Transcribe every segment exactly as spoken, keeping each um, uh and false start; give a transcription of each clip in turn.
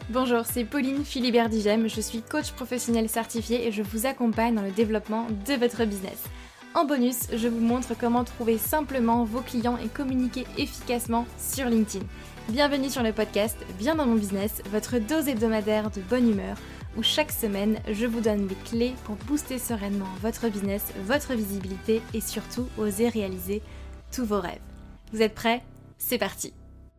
Bonjour, c'est Pauline Philibert-Digem, je suis coach professionnel certifié et je vous accompagne dans le développement de votre business. En bonus, je vous montre comment trouver simplement vos clients et communiquer efficacement sur LinkedIn. Bienvenue sur le podcast Bien dans mon business, votre dose hebdomadaire de bonne humeur, où chaque semaine, je vous donne les clés pour booster sereinement votre business, votre visibilité et surtout oser réaliser tous vos rêves. Vous êtes prêts ? C'est parti!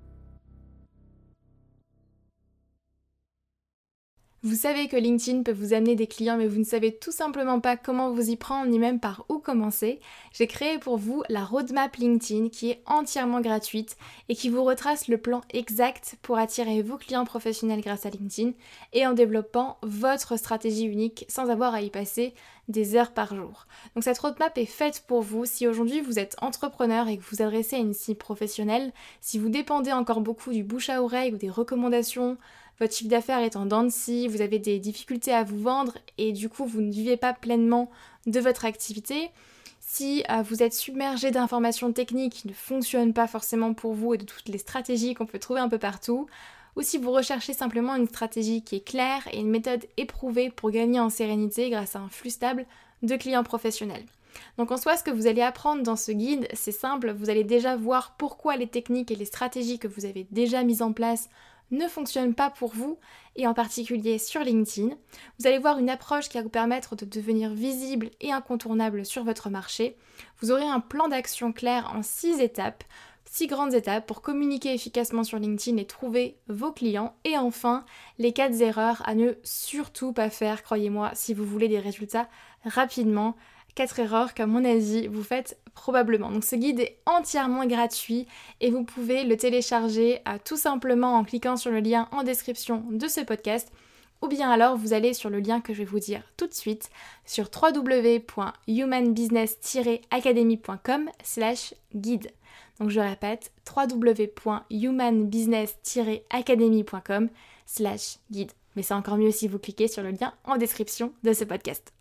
Vous savez que LinkedIn peut vous amener des clients mais vous ne savez tout simplement pas comment vous y prendre ni même par où commencer. J'ai créé pour vous la roadmap LinkedIn qui est entièrement gratuite et qui vous retrace le plan exact pour attirer vos clients professionnels grâce à LinkedIn et en développant votre stratégie unique sans avoir à y passer des heures par jour. Donc cette roadmap est faite pour vous si aujourd'hui vous êtes entrepreneur et que vous vous adressez à une cible professionnelle, si vous dépendez encore beaucoup du bouche à oreille ou des recommandations, votre chiffre d'affaires est en dents de scie, vous avez des difficultés à vous vendre et du coup vous ne vivez pas pleinement de votre activité. Si euh, vous êtes submergé d'informations techniques qui ne fonctionnent pas forcément pour vous et de toutes les stratégies qu'on peut trouver un peu partout, ou si vous recherchez simplement une stratégie qui est claire et une méthode éprouvée pour gagner en sérénité grâce à un flux stable de clients professionnels. Donc en soi, ce que vous allez apprendre dans ce guide, c'est simple, vous allez déjà voir pourquoi les techniques et les stratégies que vous avez déjà mises en place ne fonctionnent pas pour vous, et en particulier sur LinkedIn. Vous allez voir une approche qui va vous permettre de devenir visible et incontournable sur votre marché. Vous aurez un plan d'action clair en six étapes, six grandes étapes pour communiquer efficacement sur LinkedIn et trouver vos clients. Et enfin, les quatre erreurs à ne surtout pas faire, croyez-moi, si vous voulez des résultats rapidement. Quatre erreurs qu'à mon avis vous faites probablement. Donc ce guide est entièrement gratuit et vous pouvez le télécharger à, tout simplement en cliquant sur le lien en description de ce podcast, ou bien alors vous allez sur le lien que je vais vous dire tout de suite sur w w w point human business tiret academy point com slash guide. Donc je répète, w w w point human business tiret academy point com slash guide. Mais c'est encore mieux si vous cliquez sur le lien en description de ce podcast.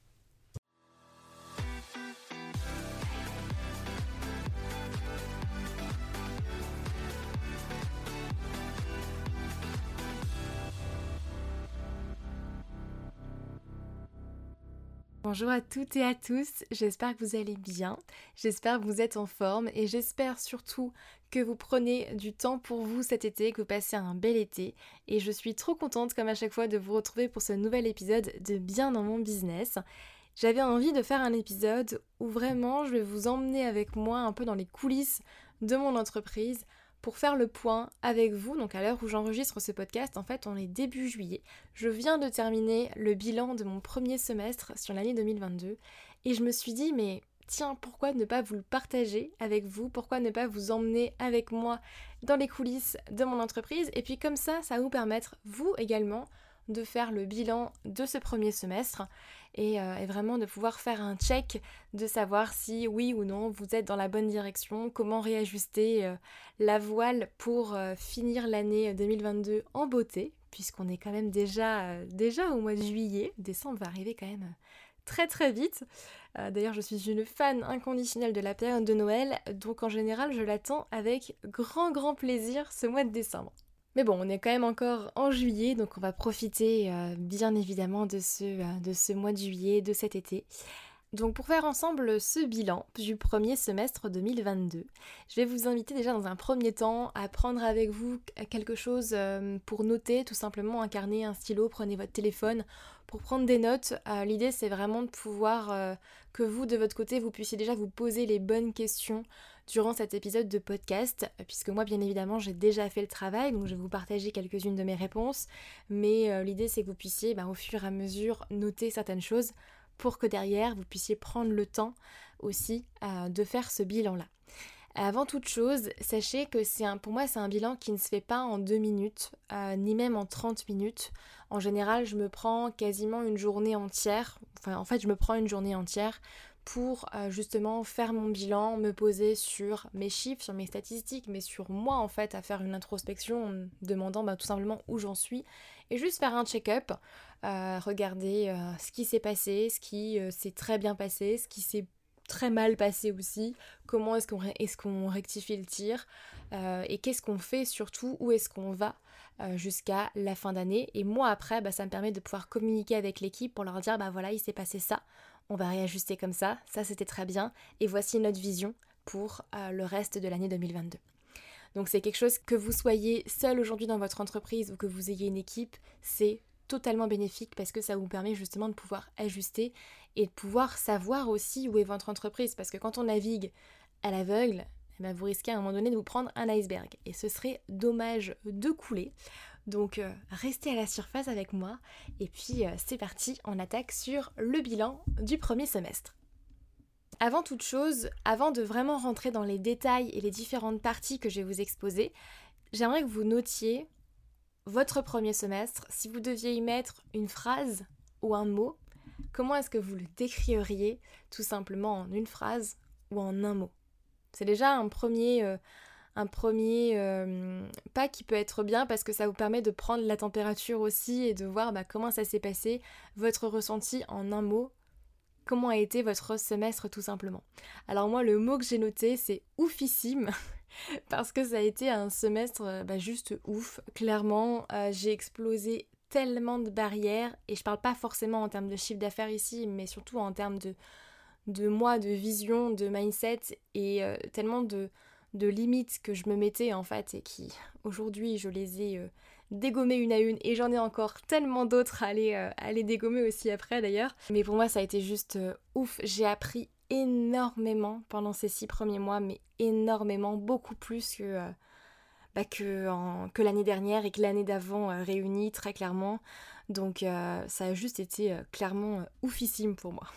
Bonjour à toutes et à tous, j'espère que vous allez bien, j'espère que vous êtes en forme et j'espère surtout que vous prenez du temps pour vous cet été, que vous passez un bel été et je suis trop contente comme à chaque fois de vous retrouver pour ce nouvel épisode de Bien dans mon business. J'avais envie de faire un épisode où vraiment je vais vous emmener avec moi un peu dans les coulisses de mon entreprise pour faire le point avec vous. Donc à l'heure où j'enregistre ce podcast, en fait on est début juillet. Je viens de terminer le bilan de mon premier semestre sur l'année deux mille vingt-deux et je me suis dit mais tiens, pourquoi ne pas vous le partager avec vous, pourquoi ne pas vous emmener avec moi dans les coulisses de mon entreprise, et puis comme ça, ça va vous permettre vous également de faire le bilan de ce premier semestre et, euh, et vraiment de pouvoir faire un check, de savoir si oui ou non vous êtes dans la bonne direction, comment réajuster euh, la voile pour euh, finir l'année deux mille vingt-deux en beauté, puisqu'on est quand même déjà, euh, déjà au mois de juillet, décembre va arriver quand même très très vite. Euh, d'ailleurs je suis une fan inconditionnelle de la période de Noël, donc en général je l'attends avec grand grand plaisir ce mois de décembre. Mais bon, on est quand même encore en juillet, donc on va profiter euh, bien évidemment de ce, euh, de ce mois de juillet, de cet été. Donc pour faire ensemble ce bilan du premier semestre deux mille vingt-deux, je vais vous inviter déjà dans un premier temps à prendre avec vous quelque chose euh, pour noter, tout simplement un carnet, un stylo, prenez votre téléphone pour prendre des notes. Euh, l'idée c'est vraiment de pouvoir euh, que vous de votre côté vous puissiez déjà vous poser les bonnes questions durant cet épisode de podcast, puisque moi bien évidemment j'ai déjà fait le travail, donc je vais vous partager quelques-unes de mes réponses, mais euh, l'idée c'est que vous puissiez bah, au fur et à mesure noter certaines choses pour que derrière vous puissiez prendre le temps aussi euh, de faire ce bilan-là. Avant toute chose, sachez que c'est un, pour moi c'est un bilan qui ne se fait pas en deux minutes, euh, ni même en trente minutes. En général, je me prends quasiment une journée entière, enfin en fait je me prends une journée entière pour euh, justement faire mon bilan, me poser sur mes chiffres, sur mes statistiques, mais sur moi en fait, à faire une introspection en me demandant bah, tout simplement où j'en suis et juste faire un check-up, euh, regarder euh, ce qui s'est passé, ce qui euh, s'est très bien passé, ce qui s'est très mal passé aussi, comment est-ce qu'on, ré- est-ce qu'on rectifie le tir, euh, et qu'est-ce qu'on fait surtout, où est-ce qu'on va euh, jusqu'à la fin d'année. Et moi après, bah, ça me permet de pouvoir communiquer avec l'équipe pour leur dire, bah voilà, il s'est passé ça, on va réajuster comme ça, ça c'était très bien, et voici notre vision pour euh, le reste de l'année deux mille vingt-deux. Donc c'est quelque chose, que vous soyez seul aujourd'hui dans votre entreprise ou que vous ayez une équipe, c'est totalement bénéfique parce que ça vous permet justement de pouvoir ajuster et de pouvoir savoir aussi où est votre entreprise, parce que quand on navigue à l'aveugle, eh ben vous risquez à un moment donné de vous prendre un iceberg et ce serait dommage de couler. Donc euh, restez à la surface avec moi et puis euh, c'est parti, on attaque sur le bilan du premier semestre. Avant toute chose, avant de vraiment rentrer dans les détails et les différentes parties que je vais vous exposer, j'aimerais que vous notiez votre premier semestre. Si vous deviez y mettre une phrase ou un mot, comment est-ce que vous le décririez tout simplement en une phrase ou en un mot? C'est déjà un premier, euh, un premier euh, pas qui peut être bien parce que ça vous permet de prendre la température aussi et de voir bah, comment ça s'est passé, votre ressenti en un mot. Comment a été votre semestre tout simplement? Alors moi le mot que j'ai noté c'est oufissime parce que ça a été un semestre bah, juste ouf. Clairement euh, j'ai explosé tellement de barrières et je parle pas forcément en termes de chiffre d'affaires ici mais surtout en termes de, de moi, de vision, de mindset et euh, tellement de, de limites que je me mettais en fait et qui aujourd'hui je les ai euh, dégommées une à une et j'en ai encore tellement d'autres à aller, euh, à aller dégommer aussi après d'ailleurs. Mais pour moi ça a été juste euh, ouf, j'ai appris énormément pendant ces six premiers mois, mais énormément, beaucoup plus que, euh, bah que, en, que l'année dernière et que l'année d'avant euh, réunie très clairement. Donc euh, ça a juste été euh, clairement euh, oufissime pour moi.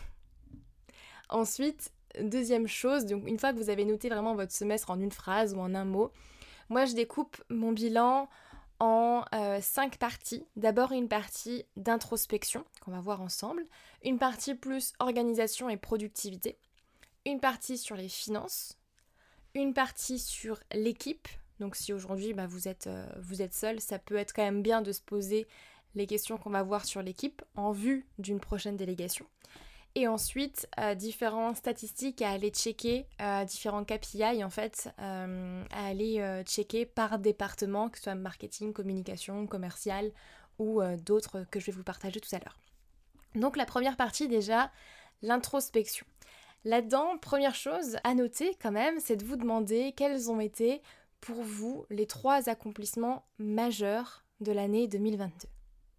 Ensuite, deuxième chose, donc une fois que vous avez noté vraiment votre semestre en une phrase ou en un mot, moi je découpe mon bilan en euh, cinq parties. D'abord une partie d'introspection qu'on va voir ensemble, une partie plus organisation et productivité, une partie sur les finances, une partie sur l'équipe. Donc si aujourd'hui bah, vous êtes, euh, vous êtes seul, ça peut être quand même bien de se poser les questions qu'on va voir sur l'équipe en vue d'une prochaine délégation. Et ensuite, euh, différentes statistiques à aller checker, euh, différents K P I en fait, euh, à aller euh, checker par département, que ce soit marketing, communication, commercial ou euh, d'autres que je vais vous partager tout à l'heure. Donc la première partie déjà, l'introspection. Là-dedans, première chose à noter quand même, c'est de vous demander quels ont été pour vous les trois accomplissements majeurs de l'année deux mille vingt-deux.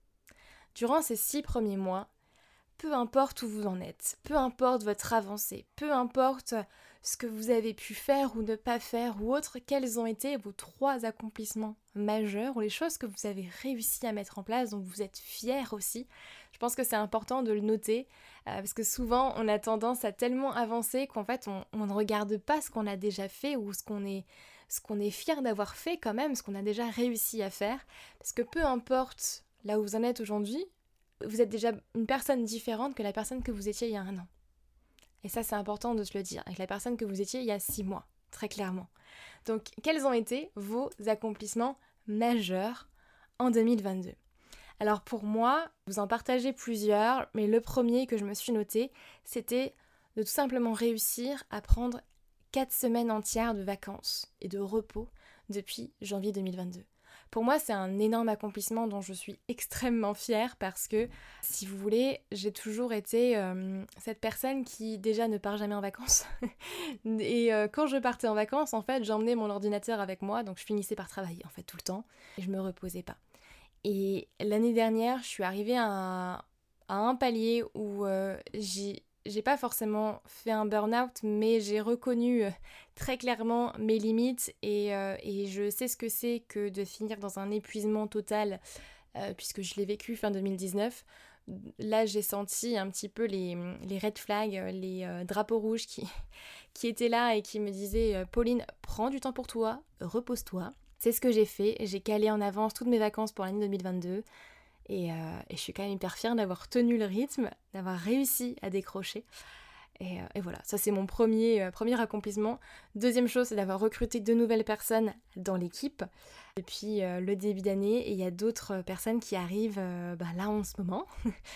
Durant ces six premiers mois, peu importe où vous en êtes, peu importe votre avancée, peu importe ce que vous avez pu faire ou ne pas faire ou autre, quels ont été vos trois accomplissements majeurs ou les choses que vous avez réussi à mettre en place dont vous êtes fiers aussi. Je pense que c'est important de le noter euh, parce que souvent on a tendance à tellement avancer qu'en fait on, on ne regarde pas ce qu'on a déjà fait ou ce qu'on est, ce qu'on est fier d'avoir fait quand même, ce qu'on a déjà réussi à faire, parce que peu importe là où vous en êtes aujourd'hui, vous êtes déjà une personne différente que la personne que vous étiez il y a un an. Et ça, c'est important de se le dire, avec la personne que vous étiez il y a six mois, très clairement. Donc, quels ont été vos accomplissements majeurs en deux mille vingt-deux? Alors pour moi, vous en partagez plusieurs, mais le premier que je me suis noté, c'était de tout simplement réussir à prendre quatre semaines entières de vacances et de repos depuis janvier deux mille vingt-deux. Pour moi, c'est un énorme accomplissement dont je suis extrêmement fière parce que, si vous voulez, j'ai toujours été euh, cette personne qui déjà ne part jamais en vacances. Et euh, quand je partais en vacances, en fait, j'emmenais mon ordinateur avec moi, donc je finissais par travailler en fait tout le temps et je me reposais pas. Et l'année dernière, je suis arrivée à un, à un palier où euh, j'ai j'ai pas forcément fait un burn-out, mais j'ai reconnu euh, très clairement mes limites et, euh, et je sais ce que c'est que de finir dans un épuisement total, euh, puisque je l'ai vécu fin deux mille dix-neuf. Là, j'ai senti un petit peu les, les red flags, les euh, drapeaux rouges qui, qui étaient là et qui me disaient euh, « Pauline, prends du temps pour toi, repose-toi ». C'est ce que j'ai fait, j'ai calé en avance toutes mes vacances pour l'année deux mille vingt-deux. Et, euh, et je suis quand même hyper fière d'avoir tenu le rythme, d'avoir réussi à décrocher. Et, euh, et voilà, ça c'est mon premier, euh, premier accomplissement. Deuxième chose, c'est d'avoir recruté de nouvelles personnes dans l'équipe depuis euh, le début d'année. Et il y a d'autres personnes qui arrivent euh, bah, là en ce moment.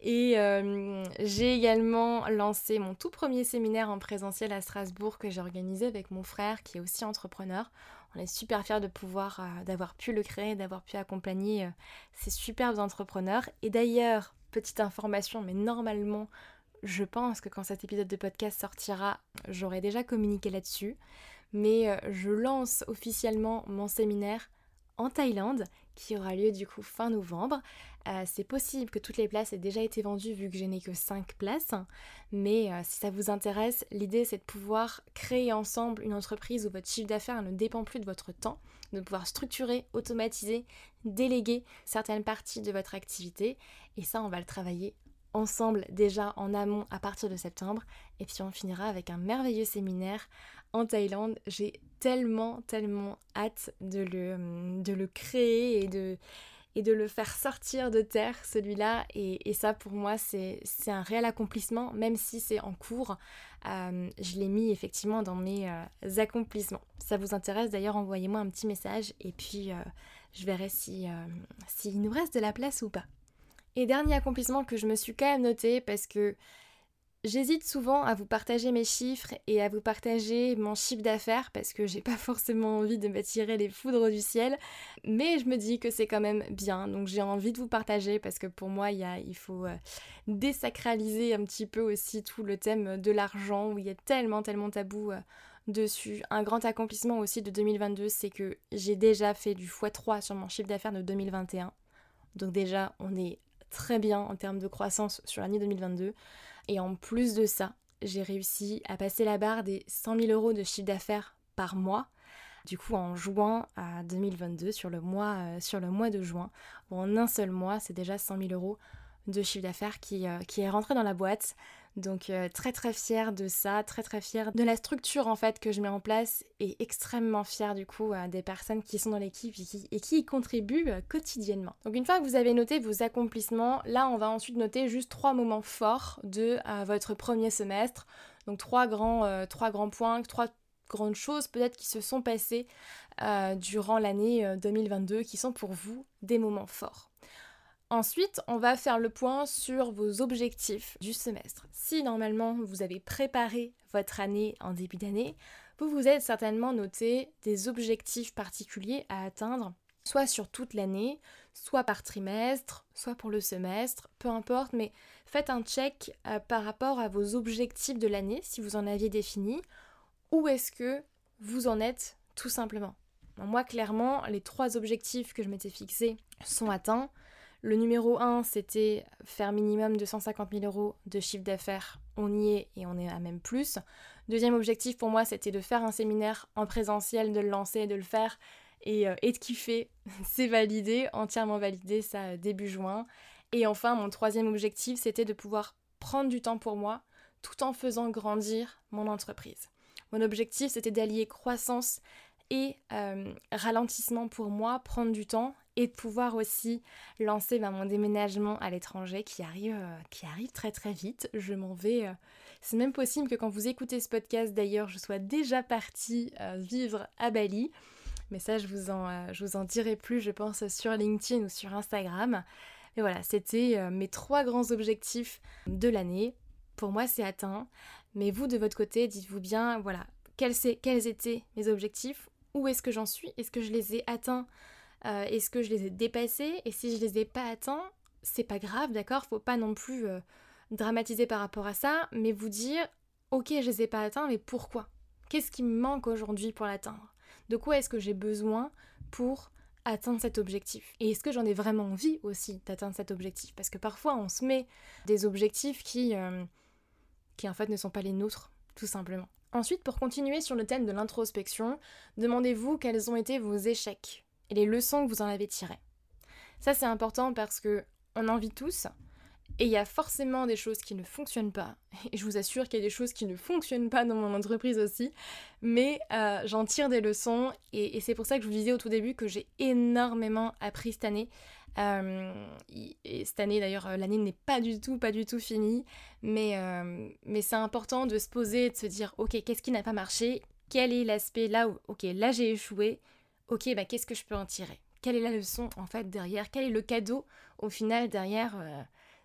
Et euh, j'ai également lancé mon tout premier séminaire en présentiel à Strasbourg que j'ai organisé avec mon frère qui est aussi entrepreneur. On est super fiers de pouvoir, euh, d'avoir pu le créer, d'avoir pu accompagner euh, ces superbes entrepreneurs. Et d'ailleurs, petite information, mais normalement, je pense que quand cet épisode de podcast sortira, j'aurai déjà communiqué là-dessus. Mais euh, je lance officiellement mon séminaire en Thaïlande qui aura lieu du coup fin novembre. Euh, c'est possible que toutes les places aient déjà été vendues vu que je n'ai que cinq places, mais euh, si ça vous intéresse, l'idée c'est de pouvoir créer ensemble une entreprise où votre chiffre d'affaires ne dépend plus de votre temps, de pouvoir structurer, automatiser, déléguer certaines parties de votre activité, et ça on va le travailler ensemble déjà en amont à partir de septembre, et puis on finira avec un merveilleux séminaire en Thaïlande. J'ai tellement, tellement hâte de le, de le créer et de, et de le faire sortir de terre, celui-là. Et, et ça, pour moi, c'est, c'est un réel accomplissement, même si c'est en cours. Euh, je l'ai mis effectivement dans mes euh, accomplissements. Si ça vous intéresse, d'ailleurs, envoyez-moi un petit message et puis euh, je verrai si, euh, s'il nous reste de la place ou pas. Et dernier accomplissement que je me suis quand même noté parce que j'hésite souvent à vous partager mes chiffres et à vous partager mon chiffre d'affaires parce que j'ai pas forcément envie de m'attirer les foudres du ciel, mais je me dis que c'est quand même bien, donc j'ai envie de vous partager parce que pour moi il, y a, il faut euh, désacraliser un petit peu aussi tout le thème de l'argent où il y a tellement tellement tabou euh, dessus. Un grand accomplissement aussi de deux mille vingt-deux, c'est que j'ai déjà fait du fois trois sur mon chiffre d'affaires de deux mille vingt et un, donc déjà on est très bien en termes de croissance sur l'année deux mille vingt-deux. Et en plus de ça, j'ai réussi à passer la barre des cent mille euros de chiffre d'affaires par mois. Du coup, en juin à deux mille vingt-deux, sur le mois, euh, sur le mois de juin, où en un seul mois, c'est déjà cent mille euros de chiffre d'affaires qui, euh, qui est rentré dans la boîte. Donc euh, très très fière de ça, très très fière de la structure en fait que je mets en place et extrêmement fière du coup euh, des personnes qui sont dans l'équipe et qui, et qui y contribuent euh, quotidiennement. Donc une fois que vous avez noté vos accomplissements, là on va ensuite noter juste trois moments forts de euh, votre premier semestre. Donc trois grands, euh, trois grands points, trois grandes choses peut-être qui se sont passées euh, durant l'année euh, deux mille vingt-deux qui sont pour vous des moments forts. Ensuite, on va faire le point sur vos objectifs du semestre. Si normalement vous avez préparé votre année en début d'année, vous vous êtes certainement noté des objectifs particuliers à atteindre, soit sur toute l'année, soit par trimestre, soit pour le semestre, peu importe, mais faites un check euh, par rapport à vos objectifs de l'année, si vous en aviez défini, où est-ce que vous en êtes tout simplement. Donc moi, clairement, les trois objectifs que je m'étais fixés sont atteints. Le numéro un, c'était faire minimum deux cent cinquante mille euros de chiffre d'affaires. On y est et on est à même plus. Deuxième objectif pour moi, c'était de faire un séminaire en présentiel, de le lancer, de le faire et, euh, et de kiffer. C'est validé, entièrement validé, ça début juin. Et enfin, mon troisième objectif, c'était de pouvoir prendre du temps pour moi tout en faisant grandir mon entreprise. Mon objectif, c'était d'allier croissance et euh, ralentissement pour moi, prendre du temps et de pouvoir aussi lancer ben, mon déménagement à l'étranger qui arrive, euh, qui arrive très très vite. Je m'en vais... Euh... C'est même possible que quand vous écoutez ce podcast d'ailleurs, je sois déjà partie euh, vivre à Bali. Mais ça, je vous, en, euh, je vous en dirai plus, je pense, sur LinkedIn ou sur Instagram. Mais voilà, c'était euh, mes trois grands objectifs de l'année. Pour moi, c'est atteint. Mais vous, de votre côté, dites-vous bien, voilà, quels, quels étaient mes objectifs ? Où est-ce que j'en suis ? Est-ce que je les ai atteints ? Euh, est-ce que je les ai dépassés ? Et si je les ai pas atteints, c'est pas grave, d'accord ? Faut pas non plus euh, dramatiser par rapport à ça, mais vous dire, ok, je les ai pas atteints, mais pourquoi ? Qu'est-ce qui me manque aujourd'hui pour l'atteindre ? De quoi est-ce que j'ai besoin pour atteindre cet objectif ? Et est-ce que j'en ai vraiment envie aussi d'atteindre cet objectif ? Parce que parfois, on se met des objectifs qui, euh, qui en fait ne sont pas les nôtres, tout simplement. Ensuite, pour continuer sur le thème de l'introspection, demandez-vous quels ont été vos échecs et les leçons que vous en avez tirées. Ça, c'est important parce que on en vit tous et il y a forcément des choses qui ne fonctionnent pas. Et je vous assure qu'il y a des choses qui ne fonctionnent pas dans mon entreprise aussi, mais euh, j'en tire des leçons et, et c'est pour ça que je vous disais au tout début que j'ai énormément appris cette année. Euh, et cette année d'ailleurs, l'année n'est pas du tout, pas du tout finie, mais, euh, mais c'est important de se poser et de se dire ok, qu'est-ce qui n'a pas marché ? Quel est l'aspect là où, ok, là j'ai échoué, ok, bah qu'est-ce que je peux en tirer ? Quelle est la leçon en fait derrière ? Quel est le cadeau au final derrière euh,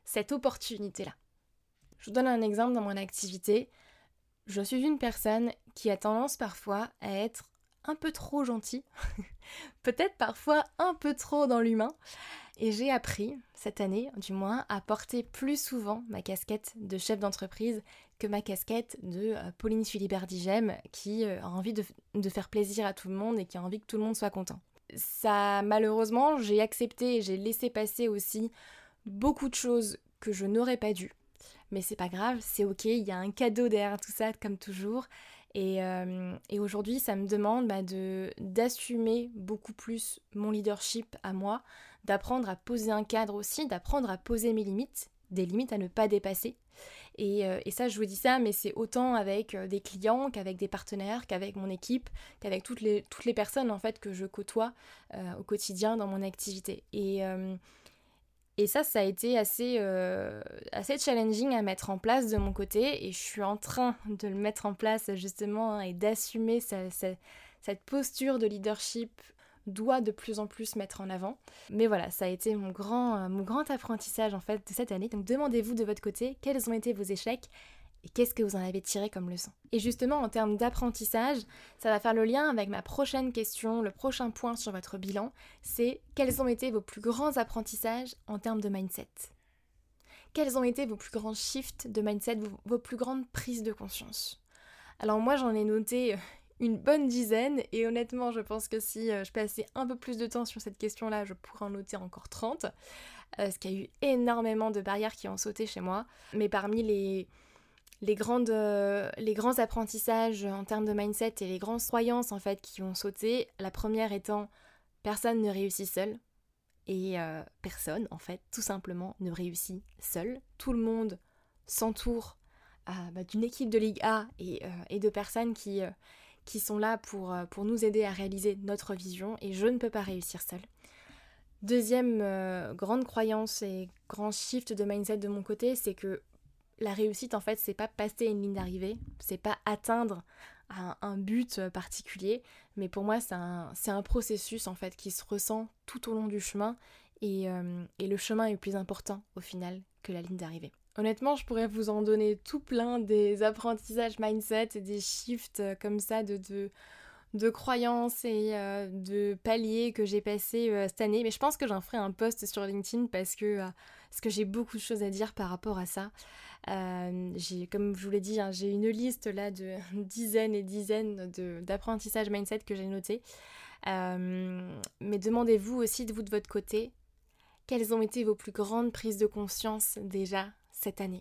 cette opportunité-là. Je vous donne un exemple dans mon activité. Je suis une personne qui a tendance parfois à être un peu trop gentille, peut-être parfois un peu trop dans l'humain, et j'ai appris, cette année du moins, à porter plus souvent ma casquette de chef d'entreprise que ma casquette de euh, Pauline Philibert-Digem qui euh, a envie de, de faire plaisir à tout le monde et qui a envie que tout le monde soit content. Ça, malheureusement, j'ai accepté et j'ai laissé passer aussi beaucoup de choses que je n'aurais pas dû. Mais c'est pas grave, c'est ok, il y a un cadeau derrière tout ça, comme toujours. Et, euh, et aujourd'hui, ça me demande bah, de, d'assumer beaucoup plus mon leadership à moi, d'apprendre à poser un cadre aussi, d'apprendre à poser mes limites, des limites à ne pas dépasser. Et, euh, et ça, je vous dis ça, mais c'est autant avec euh, des clients qu'avec des partenaires, qu'avec mon équipe, qu'avec toutes les, toutes les personnes en fait que je côtoie euh, au quotidien dans mon activité. Et, euh, et ça, ça a été assez, euh, assez challenging à mettre en place de mon côté, et je suis en train de le mettre en place justement hein, et d'assumer sa, sa, cette posture de leadership doit de plus en plus mettre en avant. Mais voilà, ça a été mon grand, mon grand apprentissage en fait de cette année. Donc demandez-vous de votre côté quels ont été vos échecs et qu'est-ce que vous en avez tiré comme leçon. Et justement en termes d'apprentissage, ça va faire le lien avec ma prochaine question, le prochain point sur votre bilan, c'est quels ont été vos plus grands apprentissages en termes de mindset. Quels ont été vos plus grands shifts de mindset, vos, vos plus grandes prises de conscience. Alors moi j'en ai noté une bonne dizaine, et honnêtement je pense que si je passais un peu plus de temps sur cette question-là, je pourrais en noter encore trente, euh, parce qu'il y a eu énormément de barrières qui ont sauté chez moi. Mais parmi les, les, grandes, euh, les grands apprentissages en termes de mindset et les grandes croyances en fait qui ont sauté, la première étant personne ne réussit seul, et euh, personne en fait tout simplement ne réussit seul. Tout le monde s'entoure euh, bah, d'une équipe de Ligue A et, euh, et de personnes qui... Euh, qui sont là pour, pour nous aider à réaliser notre vision, et je ne peux pas réussir seule. Deuxième euh, grande croyance et grand shift de mindset de mon côté, c'est que la réussite en fait c'est pas passer une ligne d'arrivée, c'est pas atteindre un, un but particulier, mais pour moi c'est un, c'est un processus en fait qui se ressent tout au long du chemin, et, euh, et le chemin est plus important au final que la ligne d'arrivée. Honnêtement, je pourrais vous en donner tout plein, des apprentissages mindset et des shifts comme ça de, de, de croyances et euh, de paliers que j'ai passés euh, cette année. Mais je pense que j'en ferai un post sur LinkedIn parce que, euh, parce que j'ai beaucoup de choses à dire par rapport à ça. Euh, j'ai, comme je vous l'ai dit, hein, j'ai une liste là de dizaines et dizaines de, d'apprentissages mindset que j'ai notés. Euh, mais demandez-vous aussi, de vous de votre côté, quelles ont été vos plus grandes prises de conscience déjà cette année.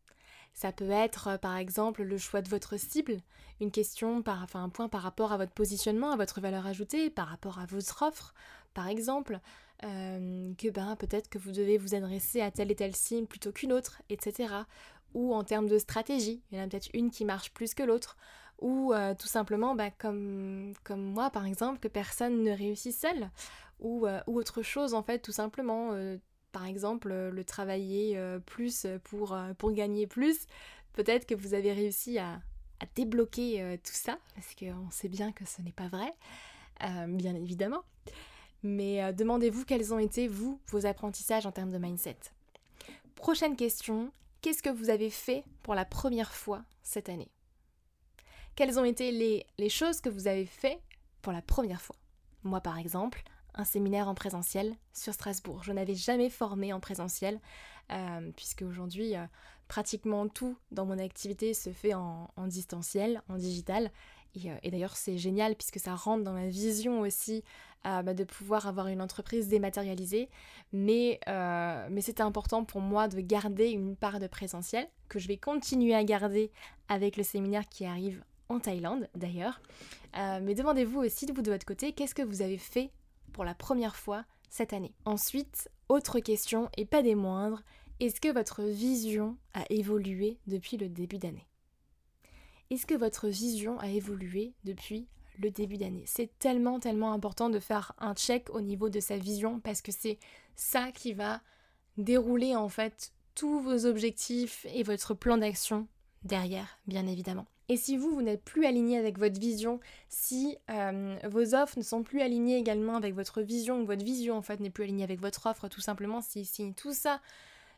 Ça peut être par exemple le choix de votre cible, une question, par, enfin un point par rapport à votre positionnement, à votre valeur ajoutée, par rapport à votre offre, par exemple, euh, que ben, peut-être que vous devez vous adresser à telle et telle cible plutôt qu'une autre, et cetera. Ou en termes de stratégie, il y en a peut-être une qui marche plus que l'autre, ou euh, tout simplement bah, comme, comme moi par exemple, que personne ne réussit seul, ou, euh, ou autre chose en fait tout simplement. Euh, Par exemple, le travailler euh, plus pour, euh, pour gagner plus. Peut-être que vous avez réussi à, à débloquer euh, tout ça, parce qu'on sait bien que ce n'est pas vrai, euh, bien évidemment. Mais euh, demandez-vous quels ont été, vous, vos apprentissages en termes de mindset. Prochaine question, qu'est-ce que vous avez fait pour la première fois cette année ? Quelles ont été les, les choses que vous avez fait pour la première fois ? Moi, par exemple, un séminaire en présentiel sur Strasbourg. Je n'avais jamais formé en présentiel, euh, puisque aujourd'hui, euh, pratiquement tout dans mon activité se fait en, en distanciel, en digital. Et, euh, et d'ailleurs, c'est génial, puisque ça rentre dans ma vision aussi euh, bah, de pouvoir avoir une entreprise dématérialisée. Mais, euh, mais c'était important pour moi de garder une part de présentiel, que je vais continuer à garder avec le séminaire qui arrive en Thaïlande, d'ailleurs. Euh, mais demandez-vous aussi, de vous de votre côté, qu'est-ce que vous avez fait pour la première fois cette année. Ensuite, autre question et pas des moindres, est-ce que votre vision a évolué depuis le début d'année ? Est-ce que votre vision a évolué depuis le début d'année ? C'est tellement, tellement important de faire un check au niveau de sa vision, parce que c'est ça qui va dérouler en fait tous vos objectifs et votre plan d'action derrière, bien évidemment. Et si vous, vous n'êtes plus aligné avec votre vision, si euh, vos offres ne sont plus alignées également avec votre vision, ou votre vision en fait n'est plus alignée avec votre offre, tout simplement, si, si tout ça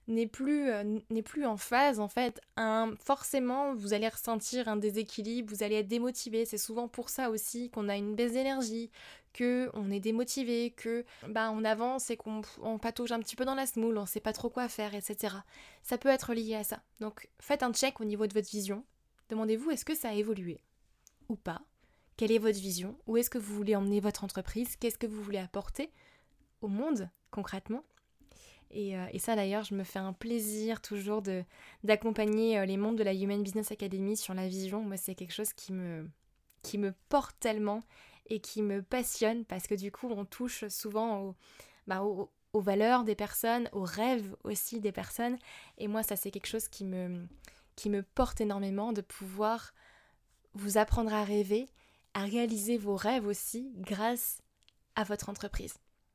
n'est plus, euh, n'est plus en phase, en fait, un, forcément, vous allez ressentir un déséquilibre, vous allez être démotivé. C'est souvent pour ça aussi qu'on a une baisse d'énergie, qu'on est démotivé, que bah, on avance et qu'on on patauge un petit peu dans la semoule, on ne sait pas trop quoi faire, et cetera. Ça peut être lié à ça. Donc, faites un check au niveau de votre vision. Demandez-vous, est-ce que ça a évolué ou pas? Quelle est votre vision? Où est-ce que vous voulez emmener votre entreprise? Qu'est-ce que vous voulez apporter au monde, concrètement? Et, euh, et ça d'ailleurs, je me fais un plaisir toujours de, d'accompagner euh, les membres de la Human Business Academy sur la vision. Moi, c'est quelque chose qui me, qui me porte tellement et qui me passionne parce que du coup, on touche souvent au, bah, au, aux valeurs des personnes, aux rêves aussi des personnes. Et moi, ça, c'est quelque chose qui me, qui me porte énormément de pouvoir vous apprendre à rêver, à réaliser vos rêves aussi grâce à votre entreprise.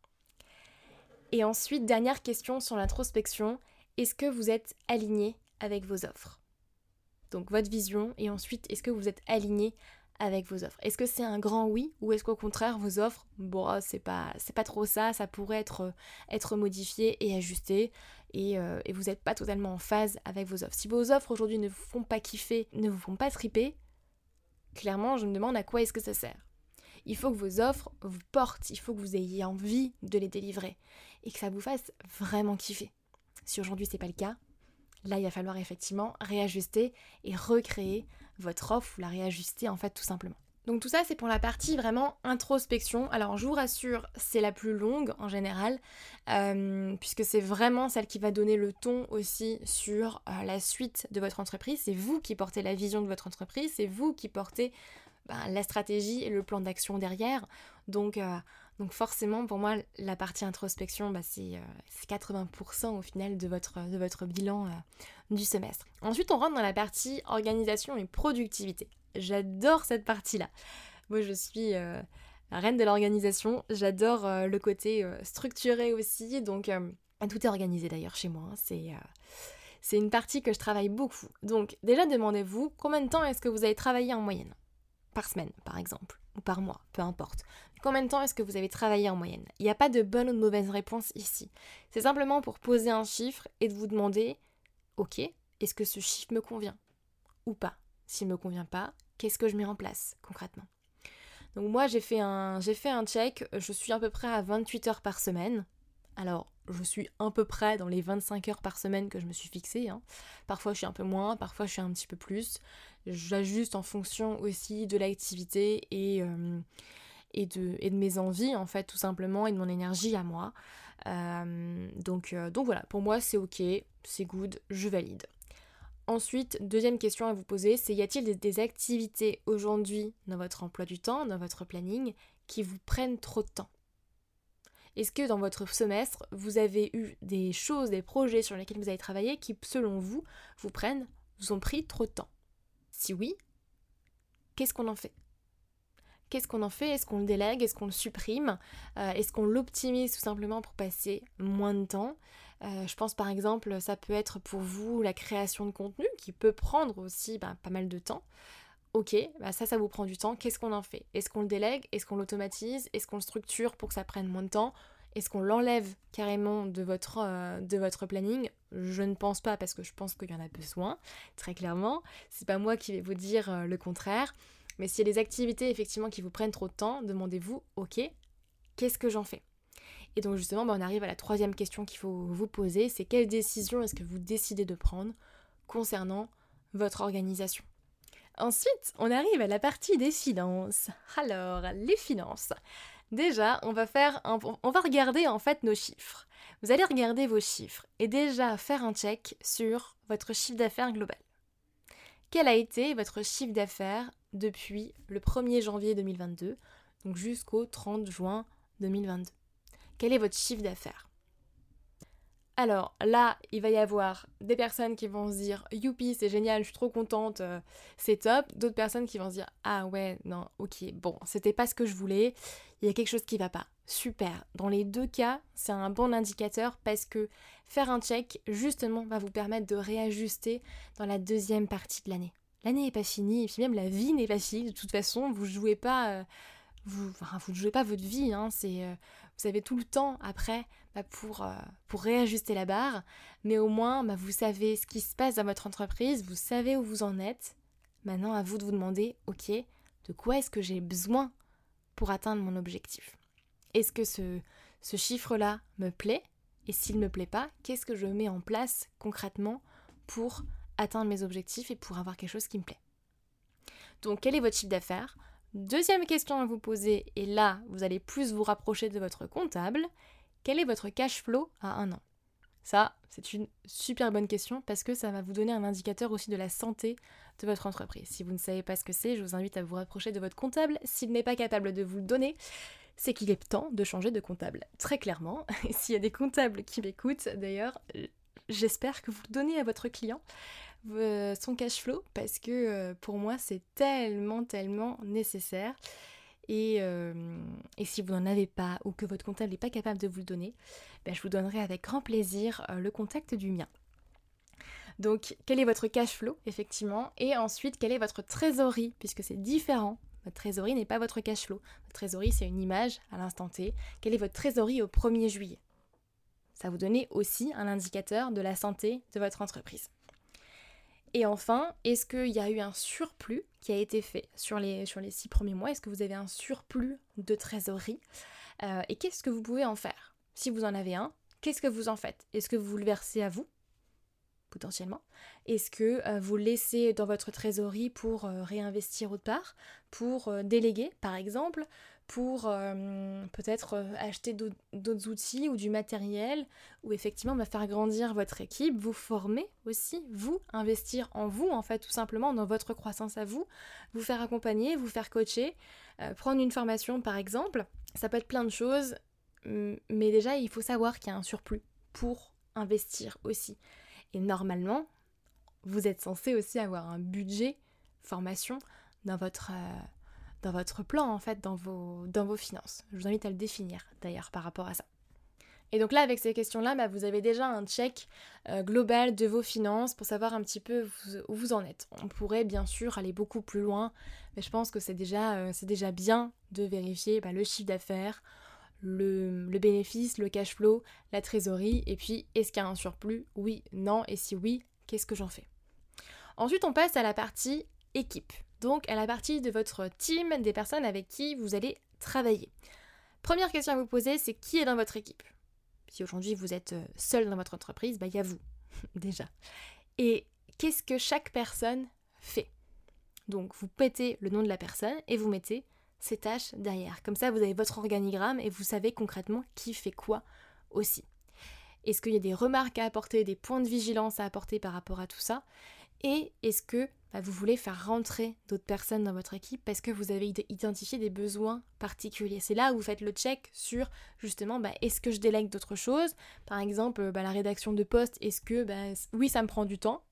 Et ensuite, dernière question sur l'introspection, est-ce que vous êtes aligné avec vos offres? Donc votre vision, et ensuite, est-ce que vous êtes aligné avec vos offres? Est-ce que c'est un grand oui, ou est-ce qu'au contraire, vos offres, bon, c'est pas, c'est pas trop ça, ça pourrait être, être modifié et ajusté, et, euh, et vous n'êtes pas totalement en phase avec vos offres. Si vos offres aujourd'hui ne vous font pas kiffer, ne vous font pas triper, clairement, je me demande à quoi est-ce que ça sert. Il faut que vos offres vous portent, il faut que vous ayez envie de les délivrer et que ça vous fasse vraiment kiffer. Si aujourd'hui c'est pas le cas, là il va falloir effectivement réajuster et recréer votre offre ou la réajuster en fait tout simplement. Donc tout ça c'est pour la partie vraiment introspection. Alors je vous rassure, c'est la plus longue en général, euh, puisque c'est vraiment celle qui va donner le ton aussi sur euh, la suite de votre entreprise. C'est vous qui portez la vision de votre entreprise, c'est vous qui portez ben, la stratégie et le plan d'action derrière. Donc, euh, donc forcément pour moi la partie introspection bah, c'est, euh, c'est quatre-vingts pour cent au final de votre, de votre bilan euh, du semestre. Ensuite on rentre dans la partie organisation et productivité. J'adore cette partie-là. Moi, je suis euh, la reine de l'organisation. J'adore euh, le côté euh, structuré aussi. Donc, euh, tout est organisé d'ailleurs chez moi. Hein. C'est, euh, c'est une partie que je travaille beaucoup. Donc, déjà, demandez-vous combien de temps est-ce que vous avez travaillé en moyenne? Par semaine, par exemple. Ou par mois, peu importe. Combien de temps est-ce que vous avez travaillé en moyenne? Il n'y a pas de bonne ou de mauvaise réponse ici. C'est simplement pour poser un chiffre et de vous demander, ok, est-ce que ce chiffre me convient? Ou pas? S'il ne me convient pas, qu'est-ce que je mets en place concrètement? Donc moi j'ai fait un, j'ai fait un check, je suis à peu près à vingt-huit heures par semaine. Alors je suis à peu près dans les vingt-cinq heures par semaine que je me suis fixée. Hein. Parfois je suis un peu moins, parfois je suis un petit peu plus. J'ajuste en fonction aussi de l'activité et, euh, et, de, et de mes envies en fait tout simplement et de mon énergie à moi. Euh, donc, euh, donc voilà, pour moi c'est ok, c'est good, je valide. Ensuite, deuxième question à vous poser, c'est y a-t-il des, des activités aujourd'hui dans votre emploi du temps, dans votre planning, qui vous prennent trop de temps? Est-ce que dans votre semestre, vous avez eu des choses, des projets sur lesquels vous avez travaillé qui, selon vous, vous prennent, vous ont pris trop de temps? Si oui, qu'est-ce qu'on en fait? Qu'est-ce qu'on en fait? Est-ce qu'on le délègue? Est-ce qu'on le supprime? euh, Est-ce qu'on l'optimise tout simplement pour passer moins de temps? Euh, je pense par exemple, ça peut être pour vous la création de contenu qui peut prendre aussi bah, pas mal de temps. Ok, bah ça, ça vous prend du temps. Qu'est-ce qu'on en fait? Est-ce qu'on le délègue? Est-ce qu'on l'automatise? Est-ce qu'on le structure pour que ça prenne moins de temps? Est-ce qu'on l'enlève carrément de votre, euh, de votre planning? Je ne pense pas parce que je pense qu'il y en a besoin, très clairement. C'est pas moi qui vais vous dire euh, le contraire. Mais s'il y a des activités effectivement qui vous prennent trop de temps, demandez-vous, ok, qu'est-ce que j'en fais? Et donc justement, bah, on arrive à la troisième question qu'il faut vous poser, c'est quelle décision est-ce que vous décidez de prendre concernant votre organisation? Ensuite, on arrive à la partie des finances. Alors, les finances. Déjà, on va faire un, on va regarder en fait nos chiffres. Vous allez regarder vos chiffres et déjà faire un check sur votre chiffre d'affaires global. Quel a été votre chiffre d'affaires depuis le premier janvier deux mille vingt-deux, donc jusqu'au trente juin deux mille vingt-deux? Quel est votre chiffre d'affaires? Alors là, il va y avoir des personnes qui vont se dire « Youpi, c'est génial, je suis trop contente, euh, c'est top ». D'autres personnes qui vont se dire « Ah ouais, non, ok, bon, c'était pas ce que je voulais, il y a quelque chose qui va pas ». Super. Dans les deux cas, c'est un bon indicateur parce que faire un check, justement, va vous permettre de réajuster dans la deuxième partie de l'année. L'année n'est pas finie, et puis même la vie n'est pas finie. De toute façon, vous jouez pas... Euh, Vous, enfin, vous ne jouez pas votre vie, hein, c'est, euh, Vous avez tout le temps après bah, pour, euh, pour réajuster la barre, mais au moins bah, vous savez ce qui se passe dans votre entreprise, vous savez où vous en êtes. Maintenant, à vous de vous demander, ok, de quoi est-ce que j'ai besoin pour atteindre mon objectif? Est-ce que ce, ce chiffre-là me plaît? Et s'il ne me plaît pas, qu'est-ce que je mets en place concrètement pour atteindre mes objectifs et pour avoir quelque chose qui me plaît? Donc, quel est votre chiffre d'affaires? Deuxième question à vous poser, et là, vous allez plus vous rapprocher de votre comptable. Quel est votre cash flow à un an? Ça, c'est une super bonne question parce que ça va vous donner un indicateur aussi de la santé de votre entreprise. Si vous ne savez pas ce que c'est, je vous invite à vous rapprocher de votre comptable. S'il n'est pas capable de vous le donner, c'est qu'il est temps de changer de comptable, très clairement. Et s'il y a des comptables qui m'écoutent, d'ailleurs, j'espère que vous le donnez à votre client, euh, son cash flow, parce que euh, pour moi, c'est tellement, tellement nécessaire. Et, euh, et si vous n'en avez pas ou que votre comptable n'est pas capable de vous le donner, ben je vous donnerai avec grand plaisir euh, le contact du mien. Donc, quel est votre cash flow, effectivement, et ensuite, quelle est votre trésorerie, puisque c'est différent. Votre trésorerie n'est pas votre cash flow. Votre trésorerie, c'est une image à l'instant T. Quelle est votre trésorerie au premier juillet? Ça va vous donner aussi un indicateur de la santé de votre entreprise. Et enfin, est-ce qu'il y a eu un surplus qui a été fait sur les, sur les six premiers mois? Est-ce que vous avez un surplus de trésorerie? euh, Et qu'est-ce que vous pouvez en faire? Si vous en avez un, qu'est-ce que vous en faites? Est-ce que vous le versez à vous? Potentiellement. Est-ce que euh, vous le laissez dans votre trésorerie pour euh, réinvestir autre part? Pour euh, déléguer, par exemple? Pour euh, peut-être euh, acheter d'autres, d'autres outils ou du matériel, ou effectivement bah, faire grandir votre équipe, vous former aussi, vous, investir en vous, en fait, tout simplement, dans votre croissance à vous, vous faire accompagner, vous faire coacher, euh, prendre une formation, par exemple. Ça peut être plein de choses, mais déjà, il faut savoir qu'il y a un surplus pour investir aussi. Et normalement, vous êtes censé aussi avoir un budget formation dans votre... Euh, dans votre plan, en fait, dans vos, dans vos finances. Je vous invite à le définir, d'ailleurs, par rapport à ça. Et donc là, avec ces questions-là, bah, vous avez déjà un check euh, global de vos finances pour savoir un petit peu vous, où vous en êtes. On pourrait, bien sûr, aller beaucoup plus loin, mais je pense que c'est déjà, euh, c'est déjà bien de vérifier bah, le chiffre d'affaires, le, le bénéfice, le cash flow, la trésorerie, et puis, est-ce qu'il y a un surplus? Oui, non, et si oui, qu'est-ce que j'en fais? Ensuite, on passe à la partie équipe. Donc à la partie de votre team, des personnes avec qui vous allez travailler. Première question à vous poser, c'est qui est dans votre équipe? Si aujourd'hui vous êtes seul dans votre entreprise, bah il y a vous, déjà. Et qu'est-ce que chaque personne fait? Donc vous mettez le nom de la personne et vous mettez ses tâches derrière. Comme ça, vous avez votre organigramme et vous savez concrètement qui fait quoi aussi. Est-ce qu'il y a des remarques à apporter, des points de vigilance à apporter par rapport à tout ça? Et est-ce que bah, vous voulez faire rentrer d'autres personnes dans votre équipe parce que vous avez identifié des besoins particuliers? C'est là où vous faites le check sur justement bah, est-ce que je délègue d'autres choses? Par exemple, bah, la rédaction de posts, est-ce que bah, oui, ça me prend du temps?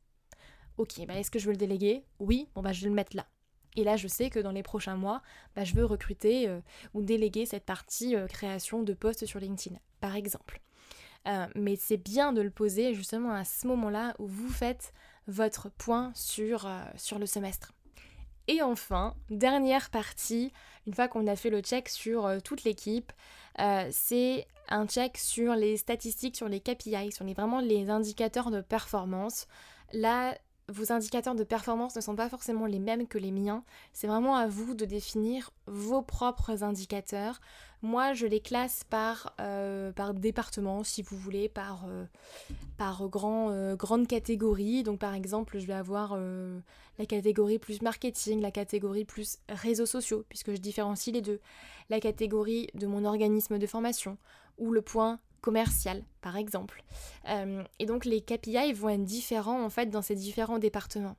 Ok, bah, est-ce que je veux le déléguer? Oui, bon bah je vais le mettre là. Et là, je sais que dans les prochains mois, bah, je veux recruter euh, ou déléguer cette partie euh, création de posts sur LinkedIn, par exemple. Euh, mais c'est bien de le poser justement à ce moment-là où vous faites votre point sur, euh, sur le semestre. Et enfin, dernière partie, une fois qu'on a fait le check sur euh, toute l'équipe, euh, c'est un check sur les statistiques, sur les K P I, sur les, vraiment les indicateurs de performance. Là, vos indicateurs de performance ne sont pas forcément les mêmes que les miens. C'est vraiment à vous de définir vos propres indicateurs. Moi, je les classe par, euh, par département, si vous voulez, par, euh, par grand, euh, grande catégorie. Donc, par exemple, je vais avoir euh, la catégorie plus marketing, la catégorie plus réseaux sociaux, puisque je différencie les deux, la catégorie de mon organisme de formation, ou le point commercial, par exemple. Euh, et donc, les K P I vont être différents, en fait, dans ces différents départements.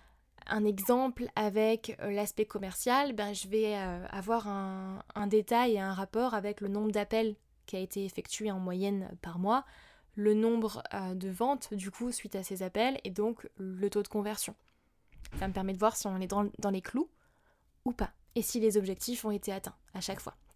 Un exemple avec l'aspect commercial, ben, je vais euh, avoir un, un détail et un rapport avec le nombre d'appels qui a été effectué en moyenne par mois, le nombre euh, de ventes du coup suite à ces appels et donc le taux de conversion. Ça me permet de voir si on est dans, dans les clous ou pas et si les objectifs ont été atteints à chaque fois.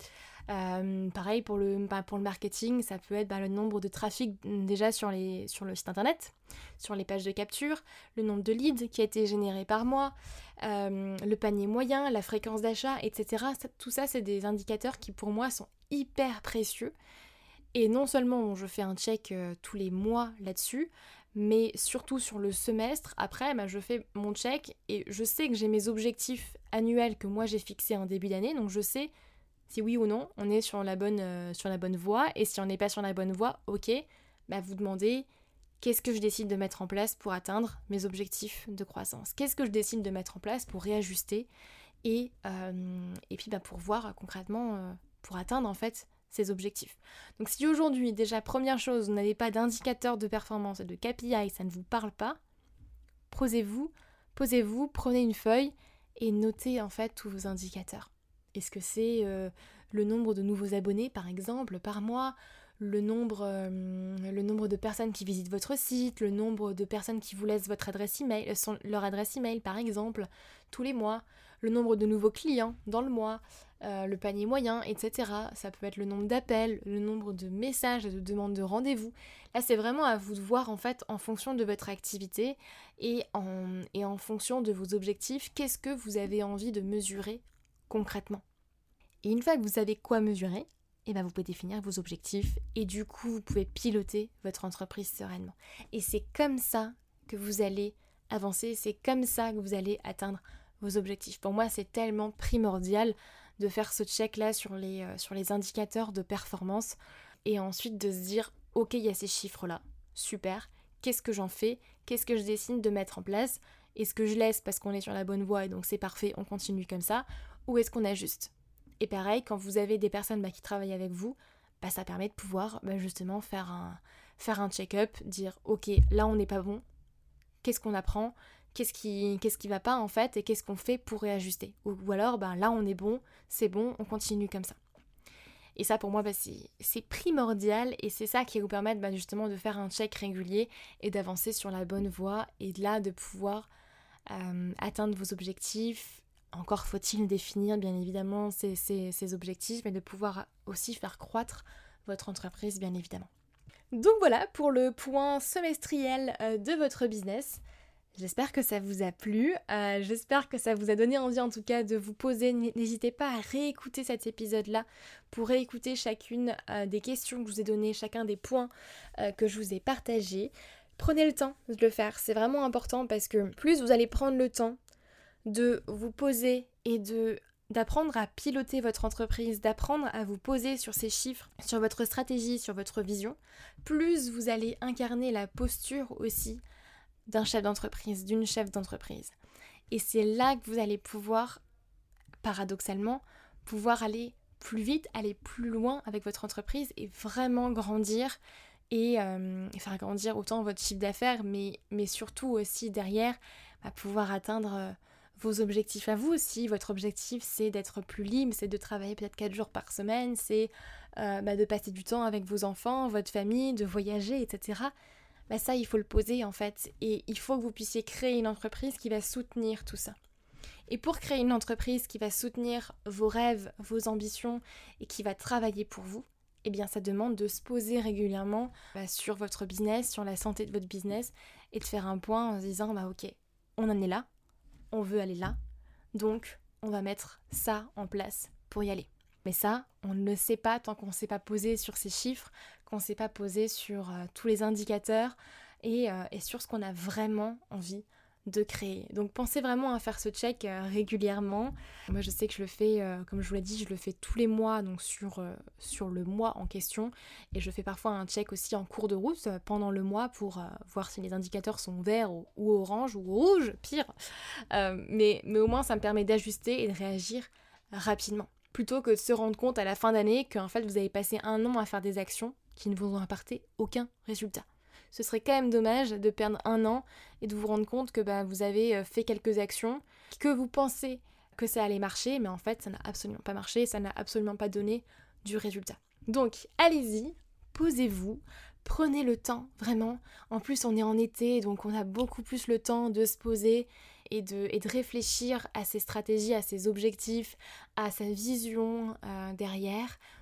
Euh, pareil pour le, bah, pour le marketing, ça peut être bah, le nombre de trafic déjà sur, les, sur le site internet, sur les pages de capture, le nombre de leads qui a été généré par mois, euh, le panier moyen, la fréquence d'achat, et cetera. Ça, tout ça, c'est des indicateurs qui pour moi sont hyper précieux. Et non seulement je fais un check euh, tous les mois là-dessus, mais surtout sur le semestre, après bah, je fais mon check et je sais que j'ai mes objectifs annuels que moi j'ai fixés en début d'année, donc je sais si oui ou non on est sur la bonne, euh, sur la bonne voie, et si on n'est pas sur la bonne voie, ok, bah vous demandez qu'est-ce que je décide de mettre en place pour atteindre mes objectifs de croissance, qu'est-ce que je décide de mettre en place pour réajuster et, euh, et puis bah, pour voir concrètement, euh, pour atteindre en fait ces objectifs. Donc si aujourd'hui, déjà première chose, vous n'avez pas d'indicateur de performance et de K P I, ça ne vous parle pas, posez-vous, posez-vous, prenez une feuille et notez en fait tous vos indicateurs. Est-ce que c'est euh, le nombre de nouveaux abonnés par exemple par mois, le nombre, euh, le nombre de personnes qui visitent votre site, le nombre de personnes qui vous laissent votre adresse email, son, leur adresse email par exemple, tous les mois, le nombre de nouveaux clients dans le mois, euh, le panier moyen, et cetera. Ça peut être le nombre d'appels, le nombre de messages, de demandes de rendez-vous. Là, c'est vraiment à vous de voir en fait en fonction de votre activité et en, et en fonction de vos objectifs, qu'est-ce que vous avez envie de mesurer concrètement. Et une fois que vous savez quoi mesurer, et ben vous pouvez définir vos objectifs et du coup vous pouvez piloter votre entreprise sereinement. Et c'est comme ça que vous allez avancer, c'est comme ça que vous allez atteindre vos objectifs. Pour moi, c'est tellement primordial de faire ce check-là sur les, euh, sur les indicateurs de performance et ensuite de se dire ok, il y a ces chiffres-là, super, qu'est-ce que j'en fais, qu'est-ce que je décide de mettre en place, est-ce que je laisse parce qu'on est sur la bonne voie et donc c'est parfait, on continue comme ça, ou est-ce qu'on ajuste? Et pareil, quand vous avez des personnes bah, qui travaillent avec vous, bah, ça permet de pouvoir bah, justement faire un, faire un check-up, dire ok, là on n'est pas bon, qu'est-ce qu'on apprend, qu'est-ce qui, qu'est-ce qui va pas en fait, et qu'est-ce qu'on fait pour réajuster. Ou, ou alors bah, là on est bon, c'est bon, on continue comme ça. Et ça pour moi bah, c'est, c'est primordial et c'est ça qui va vous permettre bah, justement de faire un check régulier et d'avancer sur la bonne voie et de là de pouvoir euh, atteindre vos objectifs. Encore faut-il définir bien évidemment ces, ces, ces objectifs, mais de pouvoir aussi faire croître votre entreprise bien évidemment. Donc voilà pour le point semestriel de votre business. J'espère que ça vous a plu, euh, j'espère que ça vous a donné envie en tout cas de vous poser. N'hésitez pas à réécouter cet épisode-là pour réécouter chacune euh, des questions que je vous ai données, chacun des points euh, que je vous ai partagés. Prenez le temps de le faire, c'est vraiment important parce que plus vous allez prendre le temps de vous poser et de d'apprendre à piloter votre entreprise, d'apprendre à vous poser sur ces chiffres, sur votre stratégie, sur votre vision, plus vous allez incarner la posture aussi d'un chef d'entreprise, d'une chef d'entreprise. Et c'est là que vous allez pouvoir, paradoxalement, pouvoir aller plus vite, aller plus loin avec votre entreprise et vraiment grandir et euh, faire grandir autant votre chiffre d'affaires, mais, mais surtout aussi derrière, bah, pouvoir atteindre euh, vos objectifs à vous aussi. Votre objectif, c'est d'être plus libre, c'est de travailler peut-être quatre jours par semaine, c'est euh, bah, de passer du temps avec vos enfants, votre famille, de voyager, et cetera. Bah, ça, il faut le poser en fait. Et il faut que vous puissiez créer une entreprise qui va soutenir tout ça. Et pour créer une entreprise qui va soutenir vos rêves, vos ambitions et qui va travailler pour vous, eh bien ça demande de se poser régulièrement bah, sur votre business, sur la santé de votre business et de faire un point en se disant bah ok, on en est là, on veut aller là, donc on va mettre ça en place pour y aller. Mais ça, on ne le sait pas tant qu'on ne s'est pas posé sur ces chiffres, qu'on ne s'est pas posé sur euh, tous les indicateurs et, euh, et sur ce qu'on a vraiment envie de créer. Donc pensez vraiment à faire ce check euh, régulièrement. Moi je sais que je le fais, euh, comme je vous l'ai dit, je le fais tous les mois, donc sur, euh, sur le mois en question. Et je fais parfois un check aussi en cours de route euh, pendant le mois pour euh, voir si les indicateurs sont verts ou, ou orange ou rouge, pire. Euh, mais, mais au moins ça me permet d'ajuster et de réagir rapidement. Plutôt que de se rendre compte à la fin d'année qu'en fait vous avez passé un an à faire des actions qui ne vous ont apporté aucun résultat. Ce serait quand même dommage de perdre un an et de vous rendre compte que bah, vous avez fait quelques actions, que vous pensez que ça allait marcher, mais en fait ça n'a absolument pas marché, ça n'a absolument pas donné du résultat. Donc allez-y, posez-vous, prenez le temps, vraiment. En plus on est en été, donc on a beaucoup plus le temps de se poser et de, et de réfléchir à ses stratégies, à ses objectifs, à sa vision euh, derrière,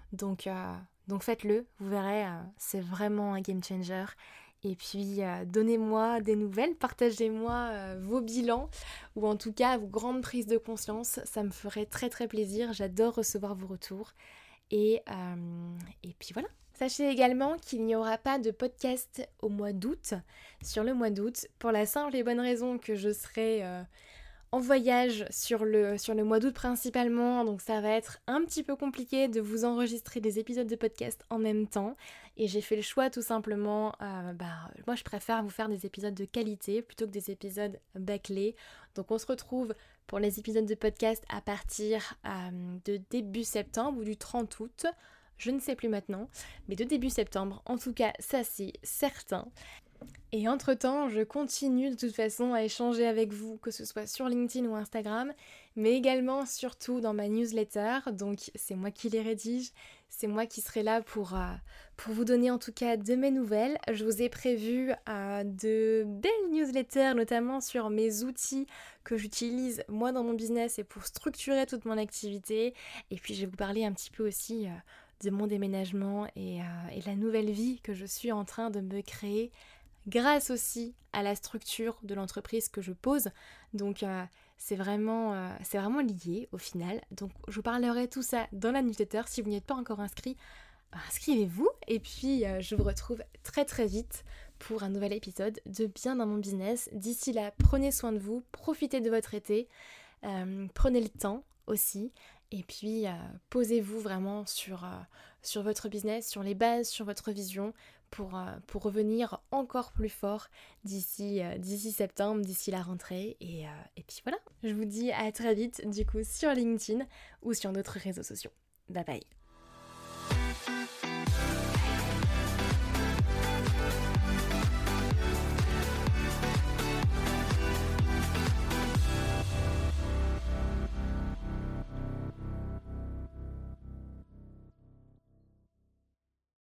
Donc, euh, donc faites-le, vous verrez, euh, c'est vraiment un game changer. Et puis euh, donnez-moi des nouvelles, partagez-moi euh, vos bilans ou en tout cas vos grandes prises de conscience, ça me ferait très très plaisir, j'adore recevoir vos retours. Et, euh, et puis voilà. Sachez également qu'il n'y aura pas de podcast au mois d'août, sur le mois d'août, pour la simple et bonne raison que je serai euh, en voyage sur le, sur le mois d'août principalement, donc ça va être un petit peu compliqué de vous enregistrer des épisodes de podcast en même temps. Et j'ai fait le choix tout simplement, euh, bah, moi je préfère vous faire des épisodes de qualité plutôt que des épisodes bâclés. Donc on se retrouve pour les épisodes de podcast à partir euh, de début septembre ou du trente août. Je ne sais plus maintenant, mais de début septembre, en tout cas ça c'est certain. Et entre-temps, je continue de toute façon à échanger avec vous, que ce soit sur LinkedIn ou Instagram, mais également surtout dans ma newsletter, donc c'est moi qui les rédige, c'est moi qui serai là pour, euh, pour vous donner en tout cas de mes nouvelles. Je vous ai prévu euh, de belles newsletters, notamment sur mes outils que j'utilise moi dans mon business et pour structurer toute mon activité, et puis je vais vous parler un petit peu aussi euh, de mon déménagement et, euh, et la nouvelle vie que je suis en train de me créer grâce aussi à la structure de l'entreprise que je pose. Donc euh, c'est vraiment, euh, c'est vraiment lié au final. Donc je vous parlerai tout ça dans la newsletter. Si vous n'y êtes pas encore inscrit, inscrivez-vous. Et puis euh, je vous retrouve très très vite pour un nouvel épisode de Bien dans mon business. D'ici là, prenez soin de vous, profitez de votre été, euh, prenez le temps aussi. Et puis euh, posez-vous vraiment sur, euh, sur votre business, sur les bases, sur votre vision pour, euh, pour revenir encore plus fort d'ici, euh, d'ici septembre, d'ici la rentrée. Et, euh, et puis voilà, je vous dis à très vite du coup sur LinkedIn ou sur d'autres réseaux sociaux. Bye bye.